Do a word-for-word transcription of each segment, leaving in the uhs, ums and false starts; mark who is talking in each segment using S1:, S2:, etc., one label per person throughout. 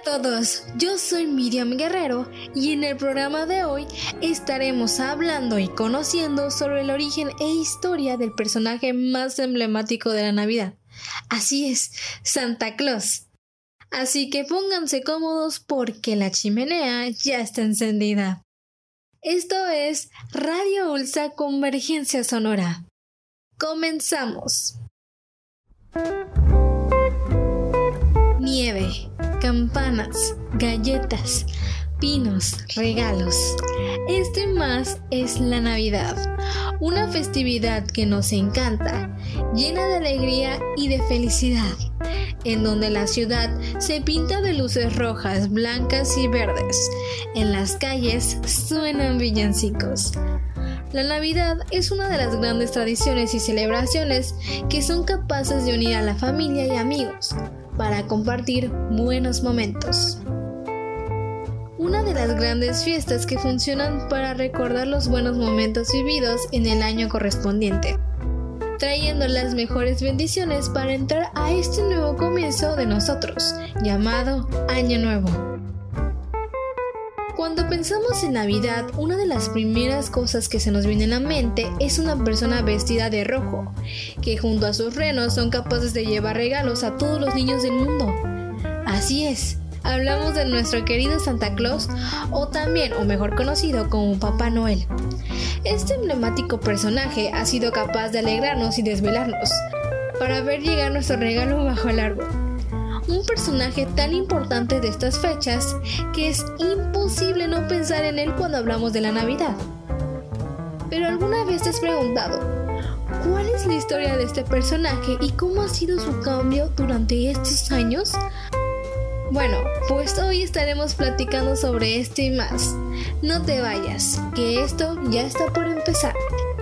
S1: todos, yo soy Miriam Guerrero y en el programa de hoy estaremos hablando y conociendo sobre el origen e historia del personaje más emblemático de la Navidad. Así es, Santa Claus. Así que pónganse cómodos porque la chimenea ya está encendida. Esto es Radio Ulsa Convergencia Sonora. Comenzamos. Nieve, campanas, galletas, pinos, regalos. Esto y más es la Navidad, una festividad que nos encanta, llena de alegría y de felicidad, en donde la ciudad se pinta de luces rojas, blancas y verdes. En las calles suenan villancicos. La Navidad es una de las grandes tradiciones y celebraciones que son capaces de unir a la familia y amigos para compartir buenos momentos. Una de las grandes fiestas que funcionan para recordar los buenos momentos vividos en el año correspondiente, trayendo las mejores bendiciones para entrar a este nuevo comienzo de nosotros, llamado Año Nuevo. Cuando pensamos en Navidad, una de las primeras cosas que se nos viene a la mente es una persona vestida de rojo, que junto a sus renos son capaces de llevar regalos a todos los niños del mundo. Así es, hablamos de nuestro querido Santa Claus, o también, o mejor conocido como Papá Noel. Este emblemático personaje ha sido capaz de alegrarnos y desvelarnos para ver llegar nuestro regalo bajo el árbol. Un personaje tan importante de estas fechas que es imposible no pensar en él cuando hablamos de la Navidad. Pero ¿alguna vez te has preguntado cuál es la historia de este personaje y cómo ha sido su cambio durante estos años? Bueno, pues hoy estaremos platicando sobre esto y más. No te vayas, que esto ya está por empezar.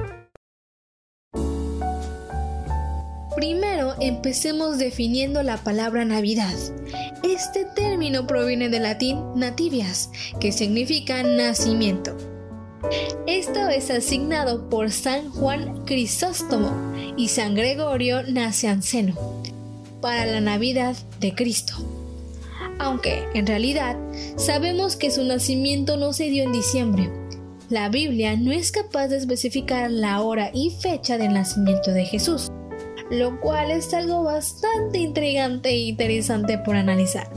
S1: Primero, empecemos definiendo la palabra Navidad. Este término proviene del latín nativias, que significa nacimiento. Esto es asignado por San Juan Crisóstomo y San Gregorio Nacianceno para la Navidad de Cristo. Aunque, en realidad, sabemos que su nacimiento no se dio en diciembre. La Biblia no es capaz de especificar la hora y fecha del nacimiento de Jesús, lo cual es algo bastante intrigante e interesante por analizar.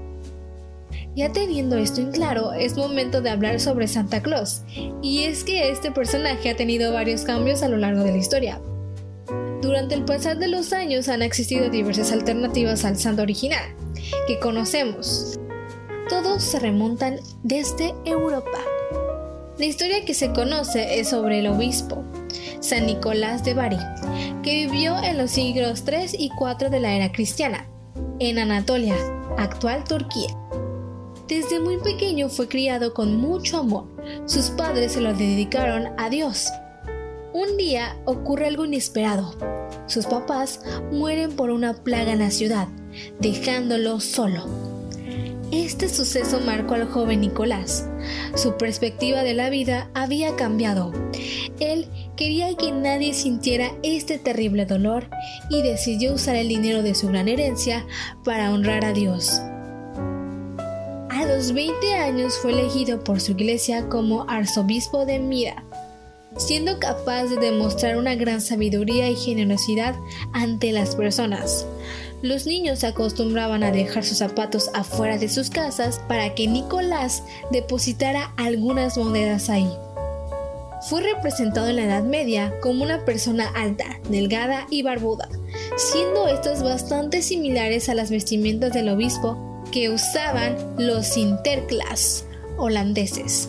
S1: Ya teniendo esto en claro, es momento de hablar sobre Santa Claus, y es que este personaje ha tenido varios cambios a lo largo de la historia. Durante el pasar de los años han existido diversas alternativas al santo original, que conocemos. Todos se remontan desde Europa. La historia que se conoce es sobre el obispo San Nicolás de Bari, que vivió en los siglos tres y cuatro de la era cristiana, en Anatolia, actual Turquía. Desde muy pequeño fue criado con mucho amor. Sus padres se lo dedicaron a Dios. Un día ocurre algo inesperado. Sus papás mueren por una plaga en la ciudad, dejándolo solo. Este suceso marcó al joven Nicolás. Su perspectiva de la vida había cambiado. Él quería que nadie sintiera este terrible dolor y decidió usar el dinero de su gran herencia para honrar a Dios. A los veinte años fue elegido por su iglesia como arzobispo de Mira, siendo capaz de demostrar una gran sabiduría y generosidad ante las personas. Los niños se acostumbraban a dejar sus zapatos afuera de sus casas para que Nicolás depositara algunas monedas ahí. Fue representado en la Edad Media como una persona alta, delgada y barbuda, siendo estas bastante similares a las vestimentas del obispo que usaban los Sinterklaas holandeses.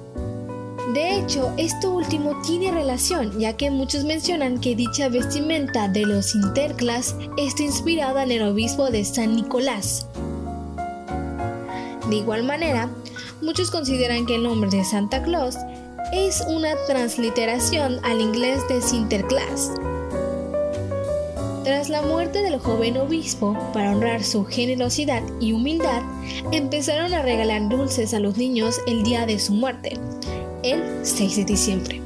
S1: De hecho, esto último tiene relación, ya que muchos mencionan que dicha vestimenta de los Sinterklaas está inspirada en el obispo de San Nicolás. De igual manera, muchos consideran que el nombre de Santa Claus es una transliteración al inglés de Sinterklaas. Tras la muerte del joven obispo, para honrar su generosidad y humildad, empezaron a regalar dulces a los niños el día de su muerte, el seis de diciembre.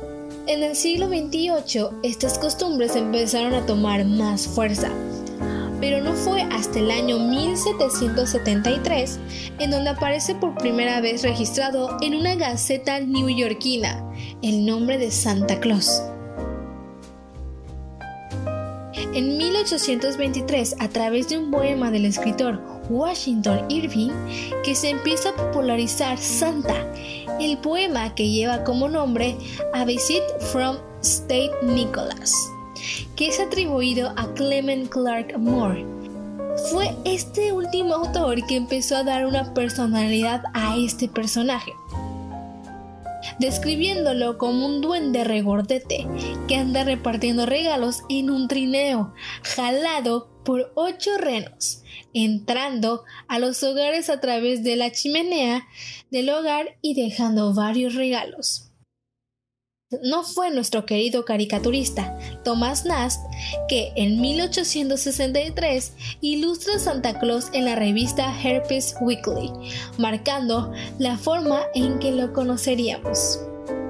S1: En el siglo veintiocho, estas costumbres empezaron a tomar más fuerza. pero no fue hasta el año mil setecientos setenta y tres en donde aparece por primera vez registrado en una gaceta neoyorquina el nombre de Santa Claus. En mil ochocientos veintitrés, a través de un poema del escritor Washington Irving, que se empieza a popularizar Santa, el poema que lleva como nombre A Visit from Saint Nicholas, que es atribuido a Clement Clarke Moore. Fue este último autor que empezó a dar una personalidad a este personaje, describiéndolo como un duende regordete que anda repartiendo regalos en un trineo, jalado por ocho renos, entrando a los hogares a través de la chimenea del hogar y dejando varios regalos. No fue nuestro querido caricaturista Thomas Nast que en mil ochocientos sesenta y tres ilustra a Santa Claus en la revista Harper's Weekly, marcando la forma en que lo conoceríamos.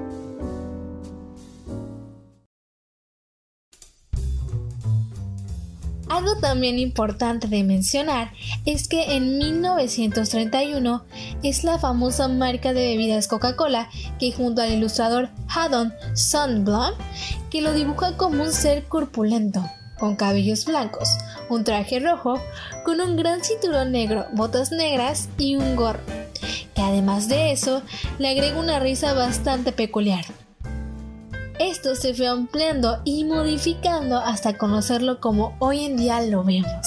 S1: Algo también importante de mencionar es que en mil novecientos treinta y uno es la famosa marca de bebidas Coca-Cola que, junto al ilustrador Haddon Sundblom, que lo dibuja como un ser corpulento, con cabellos blancos, un traje rojo, con un gran cinturón negro, botas negras y un gorro, que además de eso le agrega una risa bastante peculiar. Esto se fue ampliando y modificando hasta conocerlo como hoy en día lo vemos.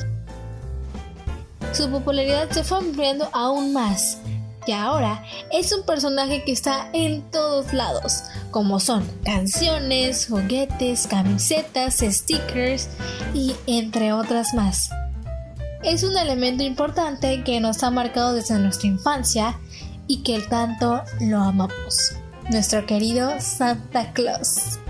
S1: Su popularidad se fue ampliando aún más, y ahora es un personaje que está en todos lados, como son canciones, juguetes, camisetas, stickers y entre otras más. Es un elemento importante que nos ha marcado desde nuestra infancia y que tanto lo amamos. Nuestro querido Santa Claus.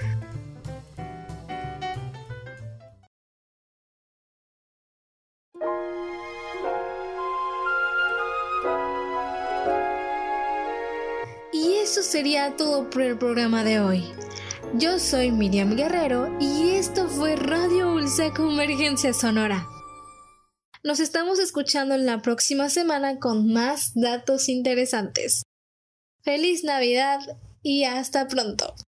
S1: Y eso sería todo por el programa de hoy. Yo soy Miriam Guerrero y esto fue Radio Ulsa Convergencia Sonora. Nos estamos escuchando en la próxima semana con más datos interesantes. ¡Feliz Navidad y hasta pronto!